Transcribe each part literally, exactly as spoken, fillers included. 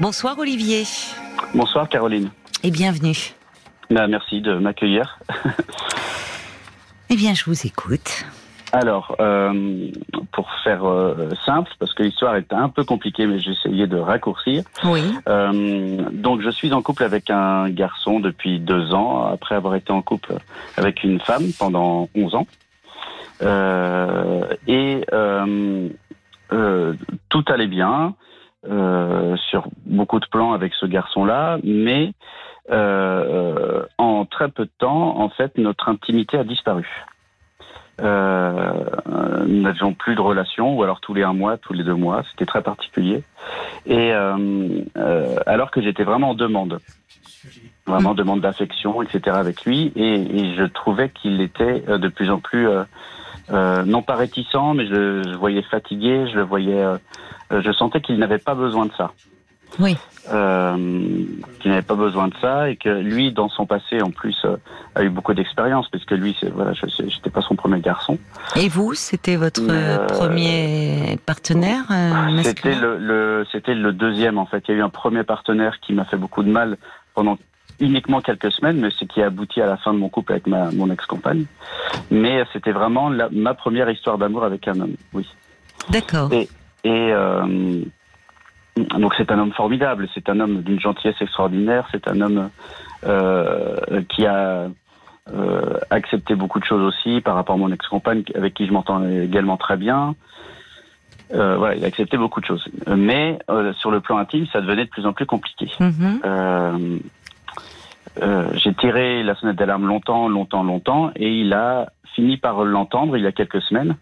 Bonsoir Olivier. Bonsoir Caroline. Et bienvenue. Bah, merci de m'accueillir. Eh bien, je vous écoute. Alors, euh, pour faire euh, simple, parce que l'histoire est un peu compliquée, mais j'ai essayé de raccourcir. Oui. Euh, donc, je suis en couple avec un garçon depuis deux ans, après avoir été en couple avec une femme pendant onze ans. Euh, et euh, euh, tout allait bien euh, sur beaucoup de plans avec ce garçon-là, mais euh, en très peu de temps, en fait, notre intimité a disparu. Euh, nous n'avions plus de relation, ou alors tous les un mois, tous les deux mois, c'était très particulier. Et euh, euh, alors que j'étais vraiment en demande, vraiment en demande d'affection, et cetera avec lui, et, et je trouvais qu'il était de plus en plus, euh, euh, non pas réticent, mais je, je le voyais fatigué, je le voyais, euh, je sentais qu'il n'avait pas besoin de ça. Oui. Euh, qu'il n'avait pas besoin de ça et que lui, dans son passé, en plus, euh, a eu beaucoup d'expérience, parce que lui, c'est, voilà, je n'étais pas son premier garçon. Et vous, c'était votre euh, premier partenaire euh, masculin ? C'était le, le, c'était le deuxième, en fait. Il y a eu un premier partenaire qui m'a fait beaucoup de mal pendant uniquement quelques semaines, mais c'est qui a abouti à la fin de mon couple avec ma, mon ex-compagne. Mais c'était vraiment la, ma première histoire d'amour avec un homme, oui. D'accord. Et, et euh, donc c'est un homme formidable, c'est un homme d'une gentillesse extraordinaire, c'est un homme euh, qui a euh, accepté beaucoup de choses aussi par rapport à mon ex-compagne avec qui je m'entends également très bien. Euh, voilà, il a accepté beaucoup de choses. Mais euh, sur le plan intime, ça devenait de plus en plus compliqué. Mm-hmm. Euh, euh, j'ai tiré la sonnette d'alarme longtemps, longtemps, longtemps, et il a fini par l'entendre il y a quelques semaines,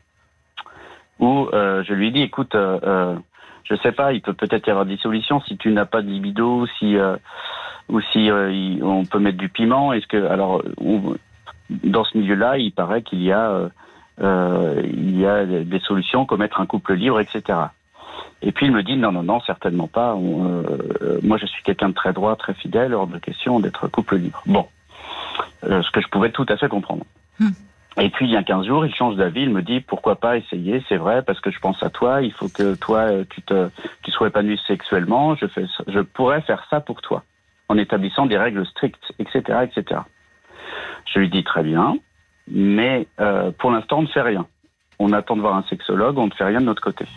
où euh, je lui ai dit, écoute, euh, euh, je sais pas, il peut peut-être y avoir dissolution si tu n'as pas de libido, si euh, ou si euh, il, on peut mettre du piment. Est-ce que alors on, dans ce milieu-là, il paraît qu'il y a euh, euh, il y a des solutions comme être un couple libre, et cetera. Et puis il me dit non non non certainement pas. On, euh, moi je suis quelqu'un de très droit, très fidèle, hors de question d'être couple libre. Bon, euh, ce que je pouvais tout à fait comprendre. Mmh. Et puis il y a quinze jours, il change d'avis, il me dit pourquoi pas essayer, c'est vrai, parce que je pense à toi, il faut que toi tu te tu sois épanoui sexuellement, je fais je pourrais faire ça pour toi, en établissant des règles strictes, et cetera, et cetera. Je lui dis très bien, mais euh, pour l'instant on ne fait rien. On attend de voir un sexologue, on ne fait rien de notre côté.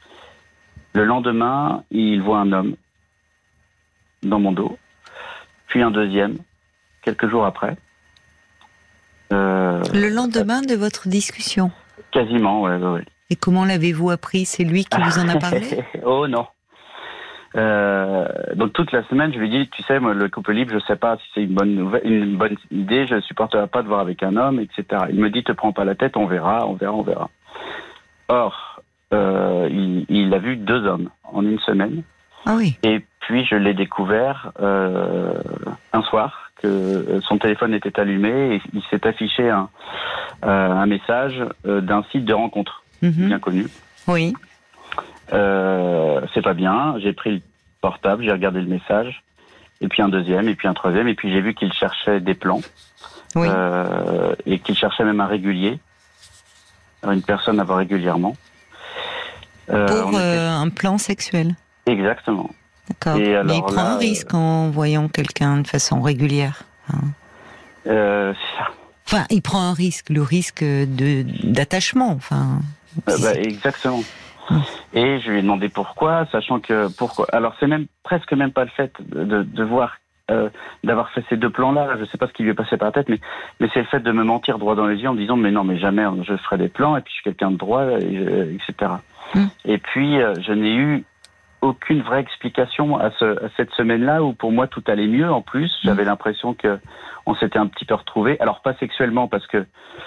Le lendemain, il voit un homme dans mon dos, puis un deuxième, quelques jours après. Euh, Le lendemain de votre discussion ? Quasiment, ouais, ouais, ouais. Et comment l'avez-vous appris ? C'est lui qui vous en a parlé ? Oh non. Euh, donc toute la semaine, je lui dis, tu sais, moi, le couple libre, je sais pas si c'est une bonne nouvelle, une bonne idée, je ne supporterai pas de voir avec un homme, et cetera. Il me dit, te prends pas la tête, on verra, on verra, on verra. Or, euh, il, il a vu deux hommes en une semaine. Ah oui. Et puis je l'ai découvert euh, un soir que son téléphone était allumé et il s'est affiché un, euh, un message euh, d'un site de rencontre Mm-hmm. bien connu. Oui. Euh, c'est pas bien. J'ai pris le portable, j'ai regardé le message, et puis un deuxième, et puis un troisième, et puis j'ai vu qu'il cherchait des plans, Oui. euh, et qu'il cherchait même un régulier, une personne à voir régulièrement. Euh, Pour était... euh, un plan sexuel. Exactement. D'accord. Et alors, mais il prend là, un risque en voyant quelqu'un de façon régulière. Hein. Euh, c'est ça. Enfin, il prend un risque, le risque de d'attachement. Enfin. Euh, bah, exactement. Hum. Et je lui ai demandé pourquoi, sachant que pourquoi. Alors c'est même presque même pas le fait de, de, de voir, euh, d'avoir fait ces deux plans-là. Je sais pas ce qui lui est passé par la tête, mais mais c'est le fait de me mentir droit dans les yeux en me disant mais non mais jamais je ferai des plans et puis je suis quelqu'un de droit, et, et cetera. Hum. Et puis euh, je n'ai eu aucune vraie explication à, ce, à cette semaine-là où pour moi tout allait mieux. En plus, j'avais l'impression que on s'était un petit peu retrouvés. Alors pas sexuellement parce que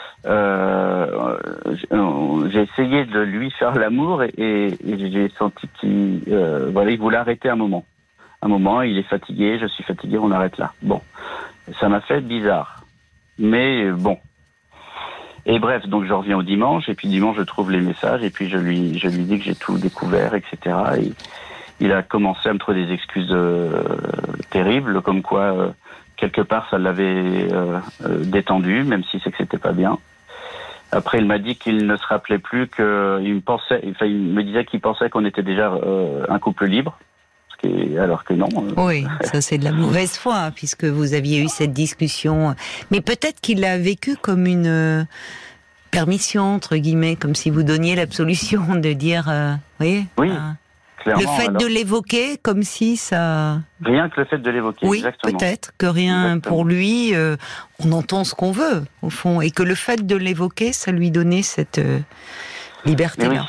euh, j'ai essayé de lui faire l'amour et, et, et j'ai senti qu'il euh, voilà, il voulait arrêter un moment. Un moment, il est fatigué, je suis fatigué, on arrête là. Bon, ça m'a fait bizarre, mais bon. Et bref, donc je reviens au dimanche, et puis dimanche je trouve les messages, et puis je lui, je lui dis que j'ai tout découvert, et cetera. Et il a commencé à me trouver des excuses euh, terribles, comme quoi euh, quelque part ça l'avait euh, euh, détendu, même si c'est que c'était pas bien. Après, il m'a dit qu'il ne se rappelait plus que, il me pensait, enfin, il me disait qu'il pensait qu'on était déjà euh, un couple libre, ce que, alors que non. Oui, ça c'est de la mauvaise foi, hein, puisque vous aviez eu cette discussion. Mais peut-être qu'il l'a vécu comme une euh, permission, entre guillemets, comme si vous donniez l'absolution de dire, euh, vous voyez, oui, euh, clairement. le fait alors, de l'évoquer, comme si ça... Rien que le fait de l'évoquer, Oui, exactement. peut-être que rien Exactement. pour lui, euh, on entend ce qu'on veut, au fond, et que le fait de l'évoquer, ça lui donnait cette euh, liberté-là. Mais oui.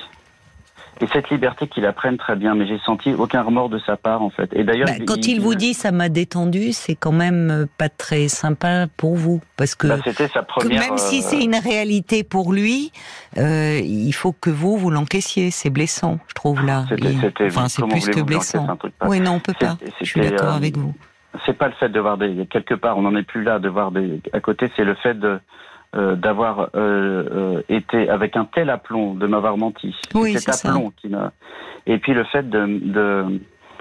Et cette liberté qu'il apprenne très bien, mais j'ai senti aucun remords de sa part, en fait. Et d'ailleurs, Bah, quand il, il vous dit ça m'a détendu, c'est quand même pas très sympa pour vous, parce que, bah, c'était sa première, que même si euh... c'est une réalité pour lui, euh, il faut que vous vous l'encaissiez. C'est blessant, je trouve là. C'était, il... c'était, enfin, c'est plus que blessant. Oui, non, on peut pas. Je suis d'accord euh, avec vous. C'est pas le fait de voir des quelque part, on n'en est plus là, de voir des à côté. C'est le fait de Euh, d'avoir euh, euh, été avec un tel aplomb, de m'avoir menti. Oui, cet aplomb qui m'a. Et puis le fait de, de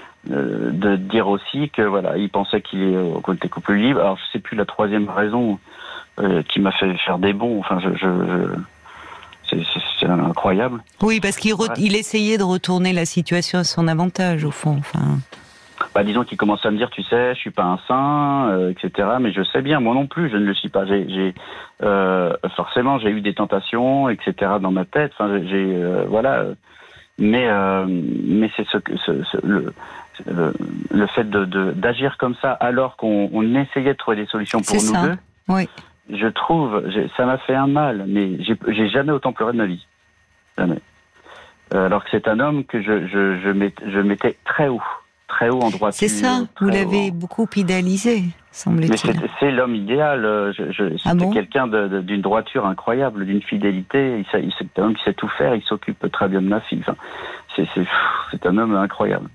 de de dire aussi que voilà, il pensait qu'il est qu'on était couple libre. Alors je sais plus la troisième raison euh, qui m'a fait faire des bonds. Enfin, je, je, je... C'est, c'est, c'est incroyable. Oui, parce qu'il re... ouais. il essayait de retourner la situation à son avantage au fond. Enfin. Bah, disons qu'il commence à me dire, tu sais, je suis pas un saint, euh, et cetera. Mais je sais bien, moi non plus, je ne le suis pas. J'ai, j'ai euh, forcément, j'ai eu des tentations, et cetera dans ma tête. Enfin, j'ai, euh, voilà. Mais, euh, mais c'est ce que, ce, ce, le, le, le fait de, de, d'agir comme ça, alors qu'on on essayait de trouver des solutions pour c'est nous ça. deux. Oui. Je trouve, j'ai, ça m'a fait un mal, mais j'ai, j'ai jamais autant pleuré de ma vie. Jamais. Euh, alors que c'est un homme que je, je, je, met, je mettais très haut. Très haut en droiture. C'est ça, vous l'avez haut. beaucoup idéalisé, semble-t-il. Mais c'est, c'est l'homme idéal. Je, je, c'est ah bon quelqu'un de, de, d'une droiture incroyable, d'une fidélité. Il sait, il c'est un homme qui sait tout faire. Il s'occupe très bien de ma fille. Enfin, c'est, c'est, c'est un homme incroyable.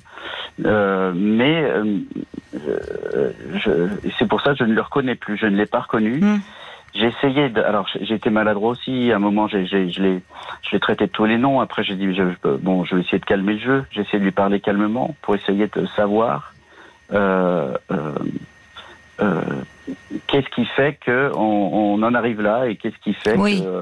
Euh, mais euh, je, c'est pour ça que je ne le reconnais plus. Je ne l'ai pas reconnu. Mm. J'ai essayé de, alors j'ai été maladroit aussi. À un moment, j'ai, j'ai, je l'ai, je l'ai traité de tous les noms. Après, j'ai dit, je, bon, je vais essayer de calmer le jeu. J'ai essayé de lui parler calmement pour essayer de savoir euh, euh, euh, qu'est-ce qui fait que on, on en arrive là et qu'est-ce qui fait oui. que.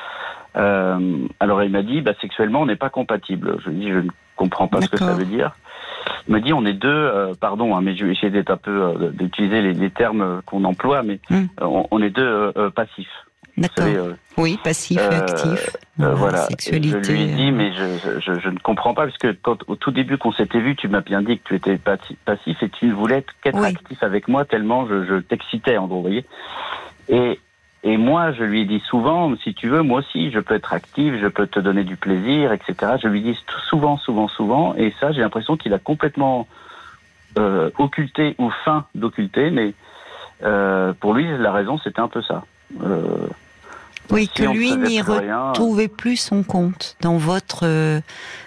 Euh, alors, il m'a dit, bah, sexuellement, on n'est pas compatible. Je lui ai dit, je ne comprends pas D'accord. ce que ça veut dire. Il m'a dit, on est deux, euh, pardon, hein, mais je vais essayer d'être un peu, euh, d'utiliser les, les termes qu'on emploie, mais mm. on, on est deux euh, euh, passifs. D'accord. Savez, euh, oui, passif et actif. Euh, voilà. Sexualité. Je lui ai dit, mais je, je, je ne comprends pas, parce que quand, au tout début qu'on s'était vu, tu m'as bien dit que tu étais passif et tu ne voulais qu'être oui. actif avec moi tellement je, je t'excitais, en gros, vous voyez. Et, et moi, je lui ai dit souvent, si tu veux, moi aussi, je peux être actif, je peux te donner du plaisir, et cetera. Je lui dis souvent, souvent, souvent, et ça, j'ai l'impression qu'il a complètement euh, occulté ou feint d'occulter, mais euh, pour lui, la raison, c'était un peu ça. Euh, oui, si que lui n'y retrouvait plus son compte dans votre euh,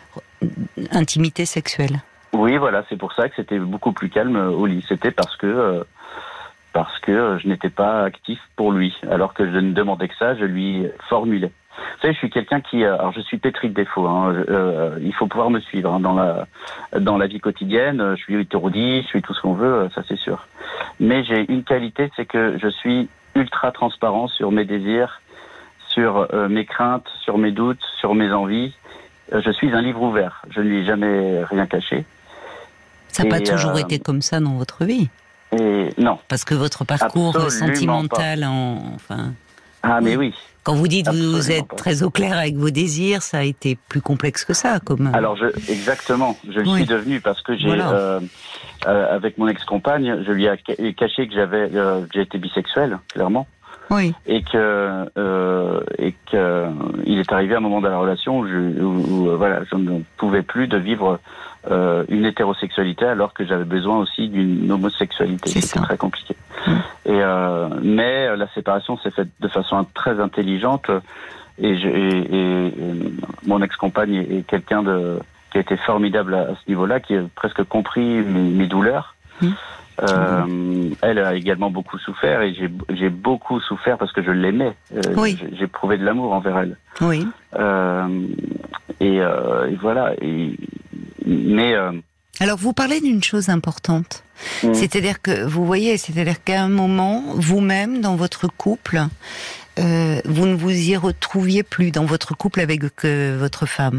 intimité sexuelle. Oui, voilà, c'est pour ça que c'était beaucoup plus calme au lit. C'était parce que... Euh, parce que je n'étais pas actif pour lui, alors que je ne demandais que ça, je lui formulais. Vous savez, je suis quelqu'un qui, alors je suis pétri de défauts. Hein, euh, il faut pouvoir me suivre hein, dans la dans la vie quotidienne. Je suis hétérodie, je suis tout ce qu'on veut, ça c'est sûr. Mais j'ai une qualité, c'est que je suis ultra transparent sur mes désirs, sur euh, mes craintes, sur mes doutes, sur mes envies. Euh, je suis un livre ouvert. Je ne lui ai jamais rien caché. Ça n'a pas toujours euh, été comme ça dans votre vie. Et non. Parce que votre parcours Absolument sentimental, pas. en, enfin. Ah mais oui. Quand vous dites que vous êtes pas. très au clair avec vos désirs, ça a été plus complexe que ça, comme. Alors je, exactement, je le oui. suis devenu parce que j'ai, voilà. euh, euh, avec mon ex-compagne, je lui ai caché que j'avais, euh, que j'étais bisexuel, clairement. Oui. Et que euh, et que il est arrivé un moment de la relation où, je, où, où voilà, je ne pouvais plus de vivre euh, une hétérosexualité alors que j'avais besoin aussi d'une homosexualité. C'est C'était ça. très compliqué. Mmh. Et euh, mais la séparation s'est faite de façon très intelligente et, je, et, et, et mon ex-compagne est, est quelqu'un de qui a été formidable à, à ce niveau-là, qui a presque compris mes, mes douleurs. Mmh. Euh, mmh. Elle a également beaucoup souffert et j'ai, j'ai beaucoup souffert parce que je l'aimais. Euh, oui. j'ai, j'ai prouvé de l'amour envers elle. Oui. Euh, et, euh, et voilà. Et, mais euh, alors vous parlez d'une chose importante, mmh. c'est-à-dire que vous voyez, c'est-à-dire qu'à un moment, vous-même dans votre couple, euh, vous ne vous y retrouviez plus dans votre couple avec euh, votre femme.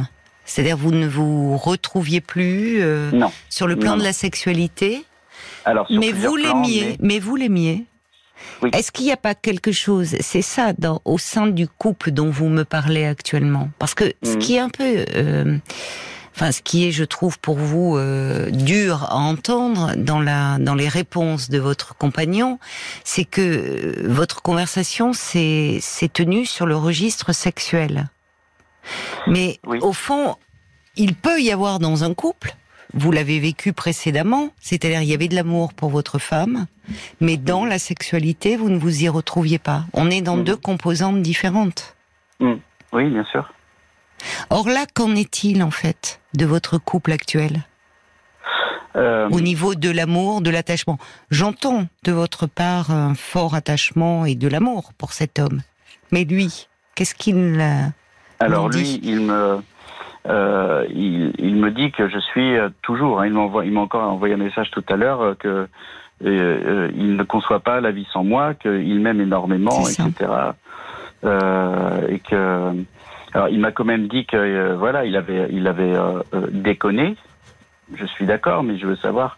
C'est-à-dire vous ne vous retrouviez plus euh, non. sur le plan non, de non. la sexualité. Alors, sur mais vous plusieurs plans, l'aimiez, mais... mais vous l'aimiez. Oui. Est-ce qu'il n'y a pas quelque chose, c'est ça, dans, au sein du couple dont vous me parlez actuellement? Parce que ce Mhm. qui est un peu, euh, enfin, ce qui est, je trouve, pour vous euh, dur à entendre dans la, dans les réponses de votre compagnon, c'est que euh, votre conversation s'est, s'est tenue sur le registre sexuel. Mais Oui. au fond, il peut y avoir dans un couple, vous l'avez vécu précédemment, c'est-à-dire il y avait de l'amour pour votre femme, mais dans la sexualité, vous ne vous y retrouviez pas. On est dans mmh. deux composantes différentes. Mmh. Oui, bien sûr. Or là, qu'en est-il en fait de votre couple actuel ? euh... Au niveau de l'amour, de l'attachement. J'entends de votre part un fort attachement et de l'amour pour cet homme. Mais lui, qu'est-ce qu'il a Alors dit ? lui, il me... Euh, il, il me dit que je suis euh, toujours, hein, il, m'envoie, il m'a encore envoyé un message tout à l'heure, euh, que euh, euh, il ne conçoit pas la vie sans moi, qu'il m'aime énormément, et cetera. Euh, et que, alors il m'a quand même dit que euh, voilà, il avait, il avait euh, euh, déconné. Je suis d'accord, mais je veux savoir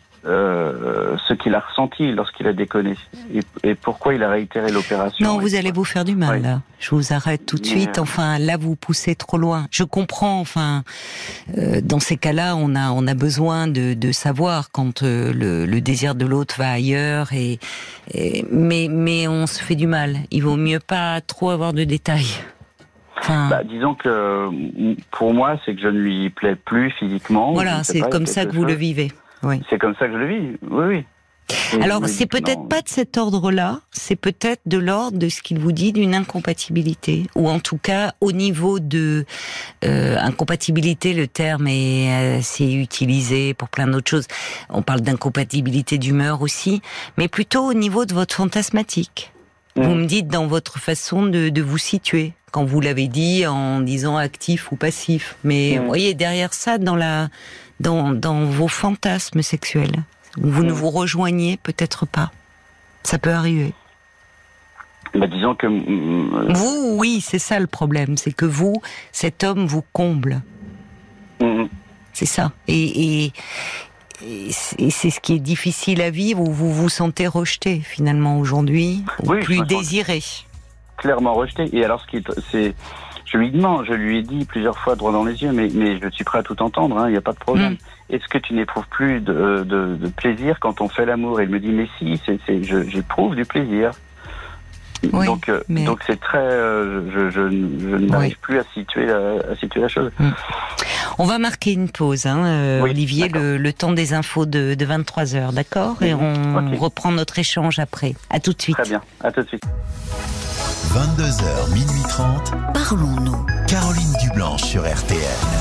euh, ce qu'il a ressenti lorsqu'il a déconné et, et pourquoi il a réitéré l'opération. Non, vous allez vous faire du mal, oui. là. Je vous arrête tout de mais suite. Enfin, là, vous poussez trop loin. Je comprends. Enfin, euh, dans ces cas-là, on a on a besoin de, de savoir quand euh, le, le désir de l'autre va ailleurs. Et, et mais mais on se fait du mal. Il vaut mieux pas trop avoir de détails. Enfin... Bah, disons que pour moi, c'est que je ne lui plais plus physiquement. Voilà, c'est pas, comme ça que vous chose. le vivez. Oui. C'est comme ça que je le vis, oui, oui. Et alors, c'est peut-être non. pas de cet ordre-là, c'est peut-être de l'ordre de ce qu'il vous dit d'une incompatibilité, ou en tout cas, au niveau de euh, incompatibilité, le terme est assez utilisé pour plein d'autres choses. On parle d'incompatibilité d'humeur aussi, mais plutôt au niveau de votre fantasmatique. Mmh. Vous me dites dans votre façon de, de vous situer, quand vous l'avez dit en disant actif ou passif, mais mmh. vous voyez, derrière ça, dans la... Dans, dans vos fantasmes sexuels. Vous ne vous rejoignez peut-être pas. Ça peut arriver. Bah, disons que... Euh... Vous, oui, c'est ça le problème. C'est que vous, cet homme vous comble. Mmh. C'est ça. Et, et, et c'est ce qui est difficile à vivre, où vous vous sentez rejeté, finalement, aujourd'hui, ou oui, plus désiré. Clairement rejeté. Et alors, ce qui est... c'est... Je lui demande, je lui ai dit plusieurs fois droit dans les yeux, mais, mais je suis prêt à tout entendre, il hein, n'y a pas de problème. Mmh. Est-ce que tu n'éprouves plus de, de, de plaisir quand on fait l'amour ? Et il me dit, mais si, c'est, c'est, je, j'éprouve du plaisir. Oui, donc, mais... donc c'est très, euh, je, je, je n'arrive oui. plus à situer, la, à situer la chose. Mmh. On va marquer une pause, hein, euh, oui, Olivier, le, le temps des infos de, de vingt-trois heures, d'accord ? Et on okay. reprend notre échange après. À tout de suite. Très bien, à tout de suite. vingt-deux heures, minuit trente. Parlons-nous. Caroline Dublanche sur R T L.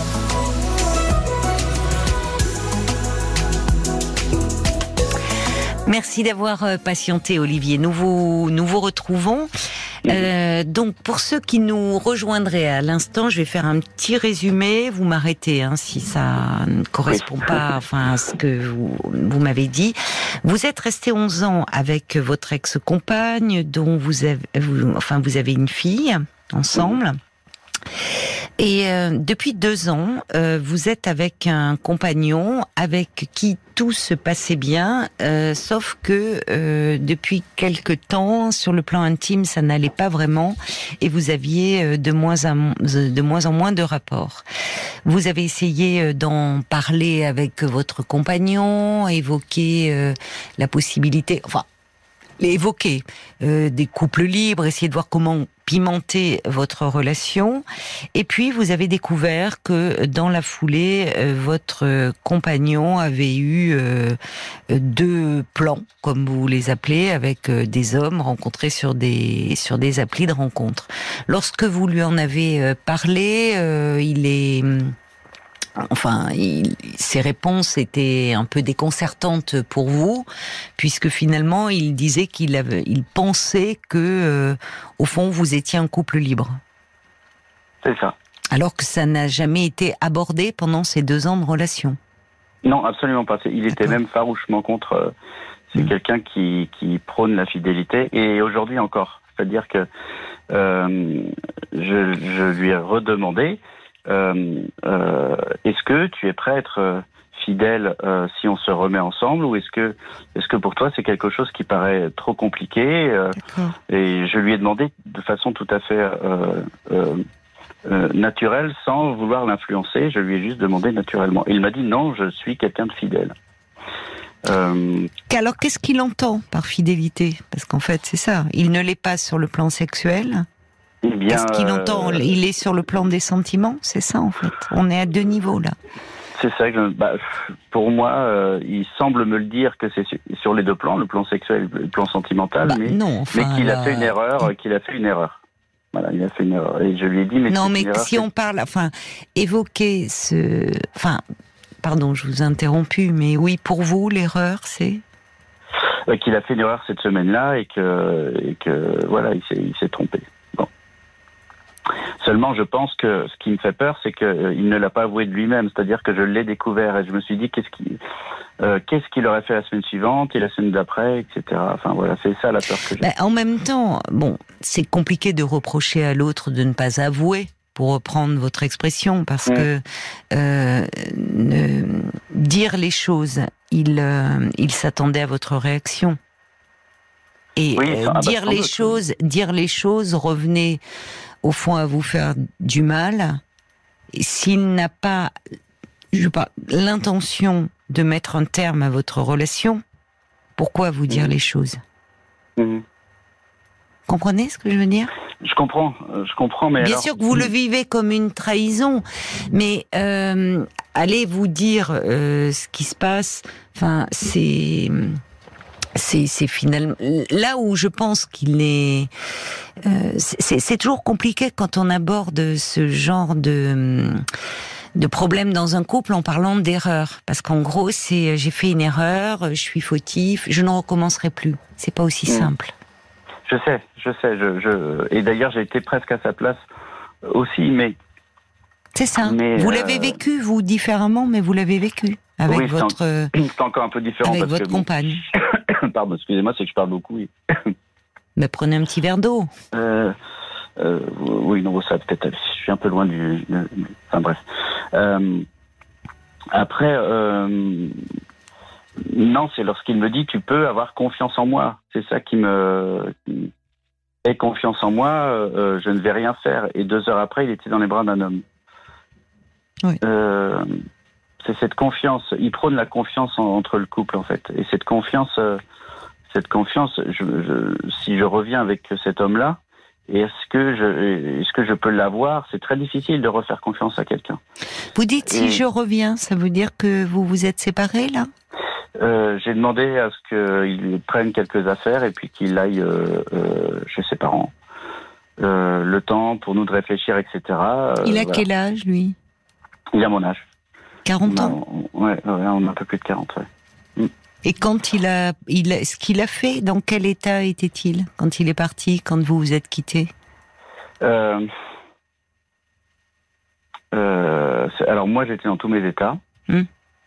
Merci d'avoir patienté, Olivier. Nous vous, nous vous retrouvons. Euh, donc, pour ceux qui nous rejoindraient à l'instant, je vais faire un petit résumé. Vous m'arrêtez hein, si ça ne correspond oui. pas enfin, à ce que vous, vous m'avez dit. Vous êtes resté onze ans avec votre ex-compagne, dont vous avez, vous, enfin, vous avez une fille ensemble. Et euh, depuis deux ans, euh, vous êtes avec un compagnon avec qui tout se passait bien, euh, sauf que euh, depuis quelque temps, sur le plan intime, ça n'allait pas vraiment, et vous aviez de moins en, de moins en moins de rapports. Vous avez essayé d'en parler avec votre compagnon, évoquer euh, la possibilité, enfin, évoquer euh, des couples libres, essayer de voir comment pimenter votre relation. Et puis, vous avez découvert que dans la foulée, euh, votre compagnon avait eu euh, deux plans, comme vous les appelez, avec euh, des hommes rencontrés sur des sur des applis de rencontres. Lorsque vous lui en avez euh, parlé, euh, il est... Enfin, il, ses réponses étaient un peu déconcertantes pour vous, puisque finalement, il disait qu'il avait, il pensait que, euh, au fond, vous étiez un couple libre. C'est ça. Alors que ça n'a jamais été abordé pendant ces deux ans de relation. Non, absolument pas. Il était D'accord. même farouchement contre. Euh, c'est mmh. quelqu'un qui, qui prône la fidélité, et aujourd'hui encore. C'est-à-dire que euh, je, je lui ai redemandé. euh, euh, est-ce que tu es prêt à être euh, fidèle euh, si on se remet ensemble, ou est-ce que, est-ce que pour toi c'est quelque chose qui paraît trop compliqué euh, Et je lui ai demandé de façon tout à fait euh, euh, euh, naturelle, sans vouloir l'influencer. Je lui ai juste demandé naturellement. Et il m'a dit non, je suis quelqu'un de fidèle. Euh... Alors qu'est-ce qu'il entend par fidélité? Parce qu'en fait c'est ça, il ne l'est pas sur le plan sexuel. Eh bien, qu'est-ce qu'il entend? Il est sur le plan des sentiments, c'est ça en fait. On est à deux niveaux là. C'est ça que je, bah, pour moi, euh, il semble me le dire que c'est sur, sur les deux plans, le plan sexuel et le plan sentimental, bah, mais, non, enfin, mais qu'il là... a fait une erreur, qu'il a fait une erreur. Voilà, il a fait une erreur. Et je lui ai dit, mais non, c'est mais une erreur, si on parle, enfin, évoquer ce, enfin, pardon, je vous ai interrompu, mais oui, pour vous, l'erreur, c'est euh, qu'il a fait une erreur cette semaine-là et que, et que, voilà, il s'est, il s'est trompé. Bon. Seulement, je pense que ce qui me fait peur, c'est qu'il euh, ne l'a pas avoué de lui-même. C'est-à-dire que je l'ai découvert et je me suis dit, qu'est-ce qu'il, euh, qu'est-ce qu'il aurait fait la semaine suivante et la semaine d'après, et cetera. Enfin voilà, c'est ça la peur que j'ai. Ben, en même temps, bon, c'est compliqué de reprocher à l'autre de ne pas avouer, pour reprendre votre expression, parce mmh. que euh, ne, dire les choses, il, euh, il s'attendait à votre réaction. Et oui, euh, dire les doute. choses, dire les choses revenait au fond à vous faire du mal. Et s'il n'a pas, je sais pas, l'intention de mettre un terme à votre relation, pourquoi vous dire mmh. les choses? mmh. Comprenez ce que je veux dire? Je comprends, je comprends, mais bien alors... sûr que vous le vivez comme une trahison, mais euh, allez vous dire euh, ce qui se passe. Enfin, c'est c'est c'est finalement là où je pense qu'il est. Euh, c'est, c'est toujours compliqué quand on aborde ce genre de de problème dans un couple en parlant d'erreur, parce qu'en gros, c'est j'ai fait une erreur, je suis fautif, je ne recommencerai plus. C'est pas aussi mmh. simple. Je sais, je sais, je, je... et d'ailleurs j'ai été presque à sa place aussi, mais... C'est ça, mais vous euh... l'avez vécu, vous, différemment, mais vous l'avez vécu, avec oui, votre... c'est, en... c'est encore un peu différent. Avec parce votre que, compagne. Bon... Pardon, excusez-moi, c'est que je parle beaucoup, oui. Mais prenez un petit verre d'eau. Euh... Euh... Oui, non, ça peut-être... Je suis un peu loin du... Enfin bref. Euh... Après... Euh... Non, c'est lorsqu'il me dit tu peux avoir confiance en moi. C'est ça qui me aie confiance en moi. Euh, je ne vais rien faire. Et deux heures après, il était dans les bras d'un homme. Oui. Euh, c'est cette confiance. Il prône la confiance en, entre le couple en fait. Et cette confiance, euh, cette confiance. Je, je, si je reviens avec cet homme-là, est-ce que je, est-ce que je peux l'avoir? C'est très difficile de refaire confiance à quelqu'un. Vous dites Et... si je reviens, ça veut dire que vous vous êtes séparés là? Euh, j'ai demandé à ce qu'il prenne quelques affaires et puis qu'il aille euh, euh, chez ses parents. Euh, le temps pour nous de réfléchir, et cetera. Euh, il a voilà. Quel âge, lui? Il a mon âge. quarante ans? On, ouais, ouais, on a un peu plus de quarante, ouais. Mm. Et quand il a, il a, ce qu'il a fait, dans quel état était-il quand il est parti, quand vous vous êtes quittés? euh, euh, Alors moi, j'étais dans tous mes états. Mm.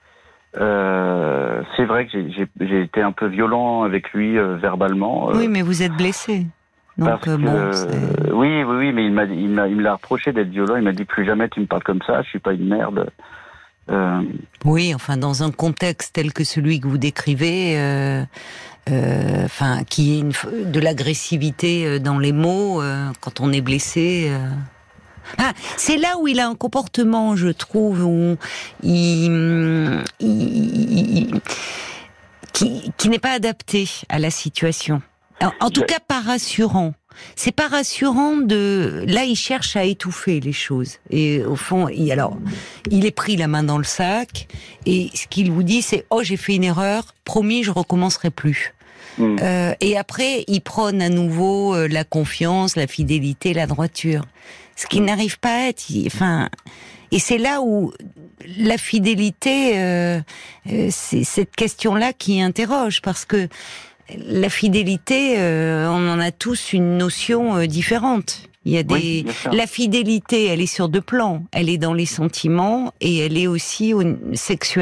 Euh, c'est vrai que j'ai, j'ai, j'ai été un peu violent avec lui euh, verbalement. Euh, oui, mais vous êtes blessé. Donc parce bon, que, c'est... oui, oui, oui, mais il m'a, il m'a, il me l'a reproché d'être violent. Il m'a dit plus jamais tu me parles comme ça. Je suis pas une merde. Euh... Oui, enfin dans un contexte tel que celui que vous décrivez, euh, euh, enfin qui est une, de l'agressivité dans les mots euh, quand on est blessé. Euh... Ah, c'est là où il a un comportement, je trouve, où il, il, il, qui, qui n'est pas adapté à la situation. En, en tout cas, pas rassurant. C'est pas rassurant de. Là, il cherche à étouffer les choses. Et au fond, il, alors, il est pris la main dans le sac. Et ce qu'il vous dit, c'est oh, j'ai fait une erreur. Promis, je recommencerai plus. Mmh. Euh, et après, il prône à nouveau euh, la confiance, la fidélité, la droiture. Ce qui n'arrive pas à être, enfin, et c'est là où la fidélité, euh, c'est cette question-là qui interroge, parce que la fidélité, euh, on en a tous une notion euh, différente. Il y a des, oui, la fidélité, elle est sur deux plans. Elle est dans les sentiments et elle est aussi au, sexuelle.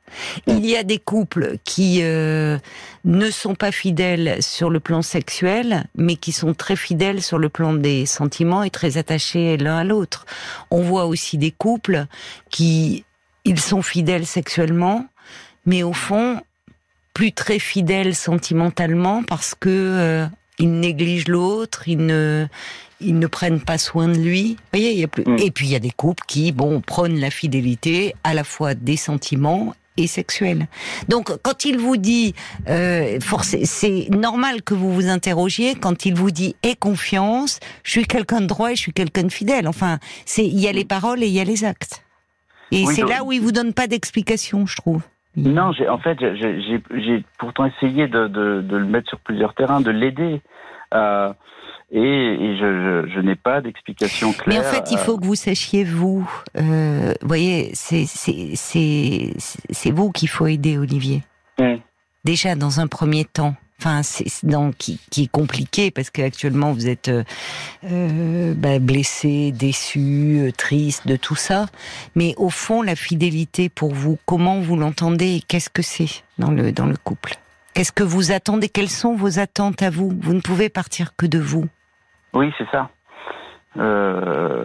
Il y a des couples qui euh, ne sont pas fidèles sur le plan sexuel, mais qui sont très fidèles sur le plan des sentiments et très attachés l'un à l'autre. On voit aussi des couples qui, ils sont fidèles sexuellement, mais au fond, plus très fidèles sentimentalement parce que euh, ils négligent l'autre, ils ne, ils ne prennent pas soin de lui. Vous voyez, il y a plus... mmh. Et puis il y a des couples qui, bon, prônent la fidélité à la fois des sentiments et sexuel. Donc, quand il vous dit, euh, forcé, c'est normal que vous vous interrogiez quand il vous dit aie confiance, je suis quelqu'un de droit et je suis quelqu'un de fidèle. Enfin, c'est il y a les paroles et il y a les actes. Et oui, c'est donc... là où il vous donne pas d'explication, je trouve. Non, j'ai, en fait, j'ai, j'ai, j'ai pourtant essayé de, de, de le mettre sur plusieurs terrains, de l'aider. Euh, Et, et je, je, je n'ai pas d'explication claire. Mais en fait, il faut que vous sachiez, vous, euh, vous voyez, c'est, c'est, c'est, c'est vous qu'il faut aider, Olivier. Mm. Déjà, dans un premier temps. Enfin, c'est, c'est donc, qui, qui est compliqué, parce qu'actuellement, vous êtes euh, bah, blessé, déçu, euh, triste de tout ça. Mais au fond, la fidélité, pour vous, comment vous l'entendez et qu'est-ce que c'est dans le, dans le couple ? Qu'est-ce que vous attendez ? Quelles sont vos attentes à vous ? Vous ne pouvez partir que de vous. Oui, c'est ça. Euh...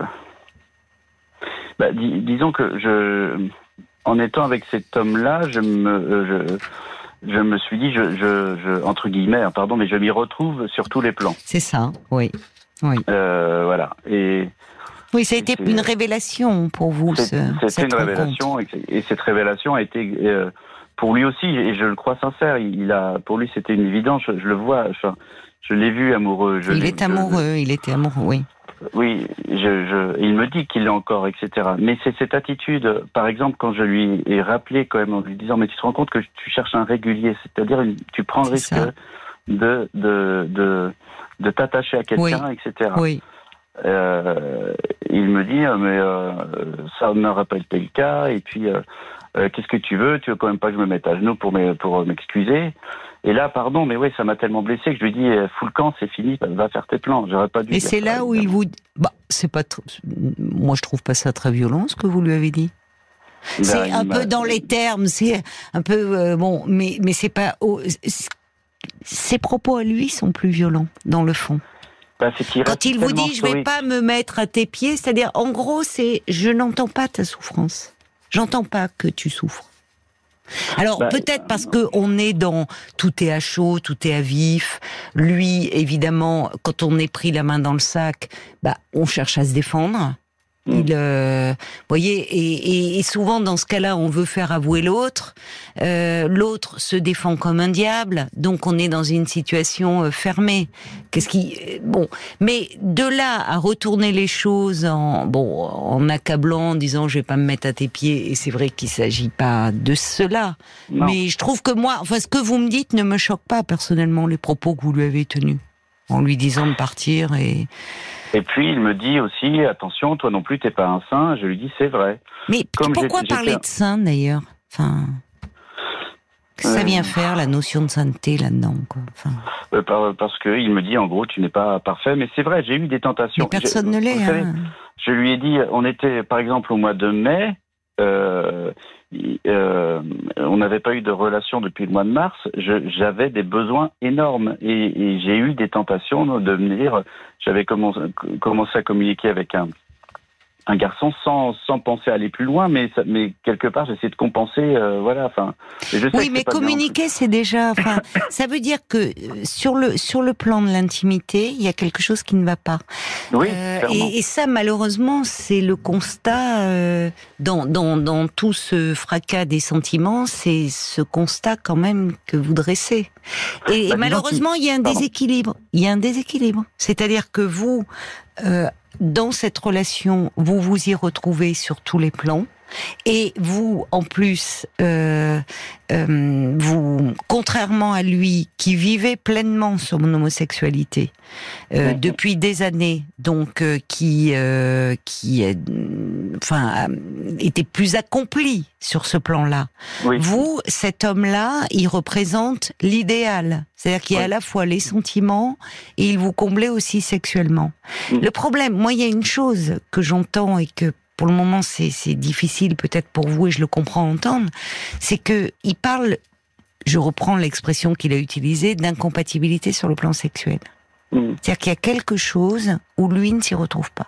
Bah, dis, disons que je, en étant avec cet homme-là, je me, je, je me suis dit, je, je, je, entre guillemets, pardon, mais je m'y retrouve sur tous les plans. C'est ça, oui, oui. Euh, voilà. Et oui, ça a été une révélation pour vous. C'est, ce, c'était une révélation, et, et cette révélation a été, euh, pour lui aussi, et je le crois sincère. Il a, pour lui, c'était une évidence. Je, je le vois. Je, Je l'ai vu amoureux. Je il est amoureux, je... il était amoureux, oui. Oui, je, je, il me dit qu'il l'est encore, et cetera. Mais c'est cette attitude, par exemple, quand je lui ai rappelé quand même en lui disant, mais tu te rends compte que tu cherches un régulier, c'est-à-dire une, tu prends le risque de, de, de, de t'attacher à quelqu'un, oui. et cetera. Oui. Euh, il me dit, mais euh, ça n'aurait pas été le cas, et puis euh, euh, qu'est-ce que tu veux ? Tu veux quand même pas que je me mette à genoux pour, me, pour m'excuser ? Et là, pardon, mais oui, ça m'a tellement blessé que je lui dis, fous le camp, c'est fini, va faire tes plans. J'aurais pas dû. Et c'est là où il vous, bah, c'est pas, tr... moi je trouve pas ça très violent ce que vous lui avez dit. Ben, c'est un peu dans les termes, c'est un peu euh, bon, mais mais c'est pas. Oh, ses propos à lui sont plus violents dans le fond. Ben, c'est qu'il Quand il vous dit, je vais oui. pas me mettre à tes pieds, c'est-à-dire, en gros, c'est, je n'entends pas ta souffrance. J'entends pas que tu souffres. Alors bah, peut-être parce que on est dans tout est à chaud, tout est à vif. Lui, évidemment, quand on est pris la main dans le sac, bah on cherche à se défendre. Mmh. Il, euh, voyez, et, et, et souvent dans ce cas-là, on veut faire avouer l'autre. Euh, l'autre se défend comme un diable, donc on est dans une situation euh, fermée. Qu'est-ce qui, bon, mais de là à retourner les choses en, bon, en accablant, en disant je vais pas me mettre à tes pieds. Et c'est vrai qu'il s'agit pas de cela. Non. Mais je trouve que moi, enfin, ce que vous me dites ne me choque pas personnellement, les propos que vous lui avez tenus, en lui disant de partir et. Et puis il me dit aussi, attention, toi non plus t'es pas un saint. Je lui dis c'est vrai. Mais Comme pourquoi j'ai, parler j'ai... de saint d'ailleurs ? Enfin, que ça vient euh... faire la notion de sainteté là-dedans, quoi. Enfin... Euh, parce que il me dit en gros tu n'es pas parfait, mais c'est vrai, j'ai eu des tentations. Mais personne j'ai... ne l'est. Vous savez, hein. Je lui ai dit, on était par exemple au mois de mai. Euh, euh, on n'avait pas eu de relation depuis le mois de mars. Je, j'avais des besoins énormes et, et j'ai eu des tentations de me dire. J'avais commencé, commencé à communiquer avec un, un garçon sans, sans penser à aller plus loin, mais, ça, mais quelque part j'essaie de compenser, euh, voilà. Enfin, je sais oui, mais communiquer, c'est déjà. Enfin, ça veut dire que sur le sur le plan de l'intimité, il y a quelque chose qui ne va pas. Oui. Euh, et, et ça, malheureusement, c'est le constat euh, dans dans dans tout ce fracas des sentiments, c'est ce constat quand même que vous dressez. Et, bah, et malheureusement, il y a un Pardon. déséquilibre. Il y a un déséquilibre. C'est-à-dire que vous, euh, dans cette relation, vous vous y retrouvez sur tous les plans. Et vous, en plus, euh, euh, vous, contrairement à lui, qui vivait pleinement son homosexualité euh, mmh. depuis des années, donc euh, qui, euh, qui, euh, enfin, était plus accompli sur ce plan-là. Oui. Vous, cet homme-là, il représente l'idéal, c'est-à-dire qu'il y a oui. à la fois les sentiments et il vous comblait aussi sexuellement. Mmh. Le problème, moi, il y a une chose que j'entends et que pour le moment c'est, c'est difficile peut-être pour vous et je le comprends à entendre, c'est que il parle, je reprends l'expression qu'il a utilisée, d'incompatibilité sur le plan sexuel. Mmh. C'est-à-dire qu'il y a quelque chose où lui ne s'y retrouve pas.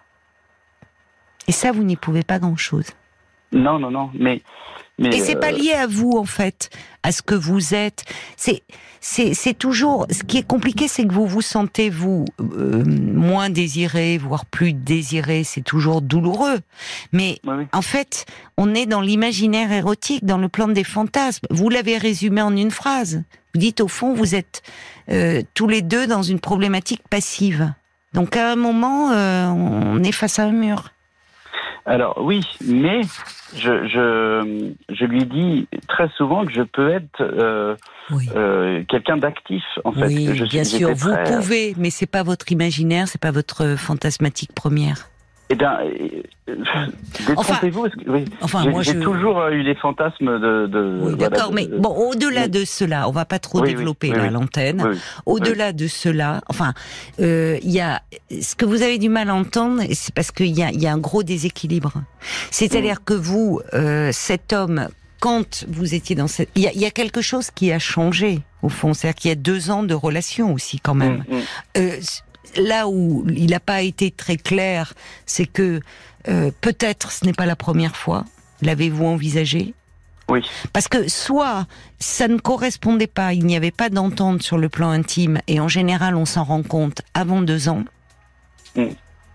Et ça, vous n'y pouvez pas grand-chose. Non, non, non, mais... mais et c'est euh... pas lié à vous, en fait, à ce que vous êtes. C'est, c'est, c'est toujours... Ce qui est compliqué, c'est que vous vous sentez, vous, euh, moins désiré, voire plus désiré. C'est toujours douloureux. Mais, oui, oui. en fait, on est dans l'imaginaire érotique, dans le plan des fantasmes. Vous l'avez résumé en une phrase. Vous dites, au fond, vous êtes euh, tous les deux dans une problématique passive. Donc, à un moment, euh, on est face à un mur. Alors oui, mais je, je, je lui dis très souvent que je peux être euh, oui. euh, quelqu'un d'actif, en fait. Oui, que je bien suis, sûr, vous très... pouvez, mais c'est pas votre imaginaire, c'est pas votre fantasmatique première. Eh bien, euh, détrompez-vous, enfin, que, oui, enfin, j'ai, moi, j'ai je... toujours eu les fantasmes de... de oui, voilà, d'accord, de, mais de... bon, au-delà oui. de cela, on va pas trop oui, développer oui, là, oui, l'antenne. Oui, oui. Au-delà oui. de cela, enfin, il euh, y a ce que vous avez du mal à entendre, c'est parce qu'il y a, y a un gros déséquilibre. C'est-à-dire mmh. que vous, euh, cet homme, quand vous étiez dans cette... Il y a, y a quelque chose qui a changé, au fond. C'est-à-dire qu'il y a deux ans de relation aussi, quand même. Mmh. Euh, là où il n'a pas été très clair, c'est que euh, peut-être ce n'est pas la première fois. L'avez-vous envisagé ? Oui. Parce que soit ça ne correspondait pas, il n'y avait pas d'entente sur le plan intime, et en général on s'en rend compte avant deux ans. Mm.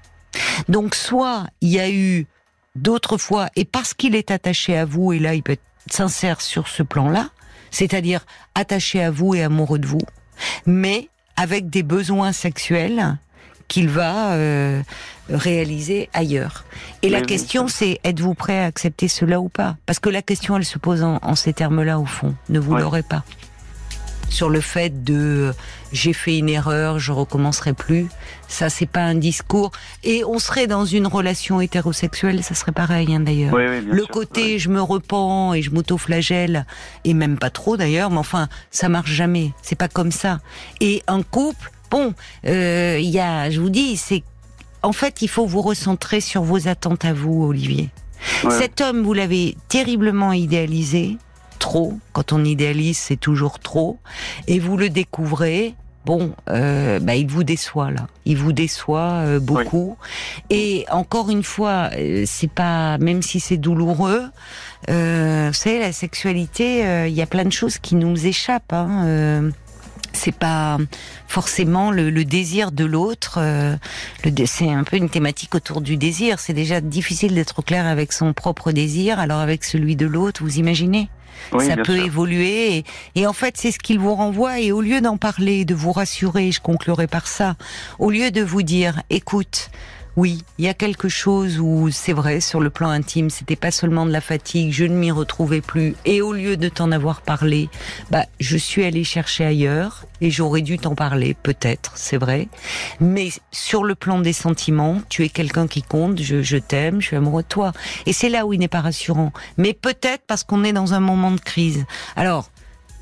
Donc soit il y a eu d'autres fois, et parce qu'il est attaché à vous, et là il peut être sincère sur ce plan-là, c'est-à-dire attaché à vous et amoureux de vous, mais avec des besoins sexuels qu'il va euh, réaliser ailleurs. Et oui, la question, oui. c'est, êtes-vous prêt à accepter cela ou pas ? Parce que la question, elle se pose en, en ces termes-là, au fond. Ne vous oui. l'aurez pas. Sur le fait de « j'ai fait une erreur, je recommencerai plus », ça, c'est pas un discours. Et on serait dans une relation hétérosexuelle, ça serait pareil, hein, d'ailleurs. Oui, oui, le sûr, côté oui. « je me repens et je m'auto-flagelle », et même pas trop, d'ailleurs, mais enfin, ça marche jamais. C'est pas comme ça. Et un couple... Bon, il euh, y a, je vous dis, c'est en fait, il faut vous recentrer sur vos attentes à vous, Olivier. Ouais. Cet homme, vous l'avez terriblement idéalisé, trop. Quand on idéalise, c'est toujours trop. Et vous le découvrez. Bon, euh, bah, il vous déçoit là. Il vous déçoit euh, beaucoup. Oui. Et encore une fois, euh, c'est pas, même si c'est douloureux, euh, vous savez, la sexualité, il euh, y a plein de choses qui nous échappent. Hein, euh, c'est pas forcément le, le désir de l'autre. Euh, le, c'est un peu une thématique autour du désir. C'est déjà difficile d'être clair avec son propre désir, alors avec celui de l'autre, vous imaginez ? Oui, ça peut sûr. évoluer. Et, et en fait, c'est ce qu'il vous renvoie. Et au lieu d'en parler, de vous rassurer, je conclurai par ça, au lieu de vous dire, écoute, oui, il y a quelque chose où c'est vrai, sur le plan intime, c'était pas seulement de la fatigue, je ne m'y retrouvais plus. Et au lieu de t'en avoir parlé, bah, je suis allée chercher ailleurs et j'aurais dû t'en parler, peut-être, c'est vrai. Mais sur le plan des sentiments, tu es quelqu'un qui compte, je, je t'aime, je suis amoureux de toi. Et c'est là où il n'est pas rassurant. Mais peut-être parce qu'on est dans un moment de crise. Alors,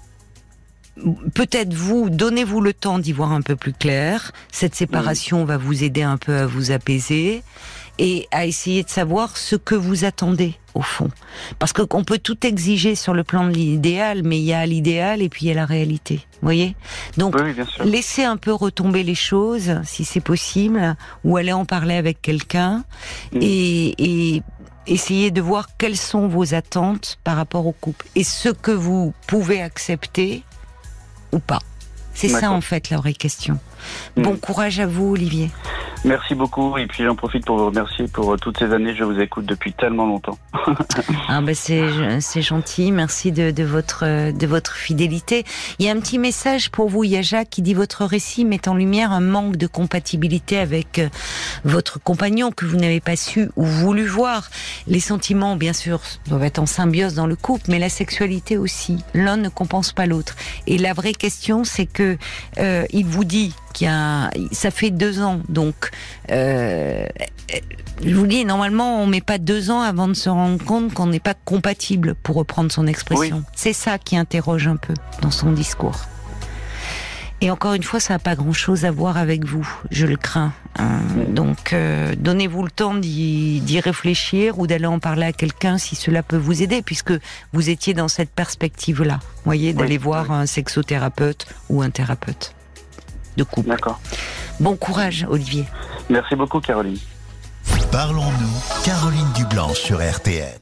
peut-être vous, donnez-vous le temps d'y voir un peu plus clair. Cette séparation oui. va vous aider un peu à vous apaiser et à essayer de savoir ce que vous attendez au fond. Parce que qu'on peut tout exiger sur le plan de l'idéal, mais il y a l'idéal et puis il y a la réalité. Vous voyez ? Donc, oui, laissez un peu retomber les choses, si c'est possible, ou allez en parler avec quelqu'un mmh. et, et essayez de voir quelles sont vos attentes par rapport au couple et ce que vous pouvez accepter ou pas. C'est D'accord. ça en fait la vraie question. Mmh. Bon courage à vous, Olivier. Merci beaucoup, et puis j'en profite pour vous remercier pour toutes ces années, je vous écoute depuis tellement longtemps. ah ben c'est, c'est gentil, merci de, de, votre, de votre fidélité. Il y a un petit message pour vous, il y a Jacques qui dit « Votre récit met en lumière un manque de compatibilité avec votre compagnon que vous n'avez pas su ou voulu voir. Les sentiments, bien sûr, doivent être en symbiose dans le couple, mais la sexualité aussi. L'un ne compense pas l'autre. Et la vraie question, c'est que euh, il vous dit qu'il y a, ça fait deux ans, donc euh, je vous dis, normalement, on met pas deux ans avant de se rendre compte qu'on n'est pas compatible, pour reprendre son expression. Oui. C'est ça qui interroge un peu dans son discours. Et encore une fois, ça n'a pas grand-chose à voir avec vous, je le crains. Hein. Donc, euh, donnez-vous le temps d'y, d'y réfléchir ou d'aller en parler à quelqu'un si cela peut vous aider, puisque vous étiez dans cette perspective-là, voyez, d'aller oui, voir oui. un sexothérapeute ou un thérapeute de couple. D'accord. Bon courage, Olivier. Merci beaucoup, Caroline. Parlons-nous, Caroline Dublanche sur R T L.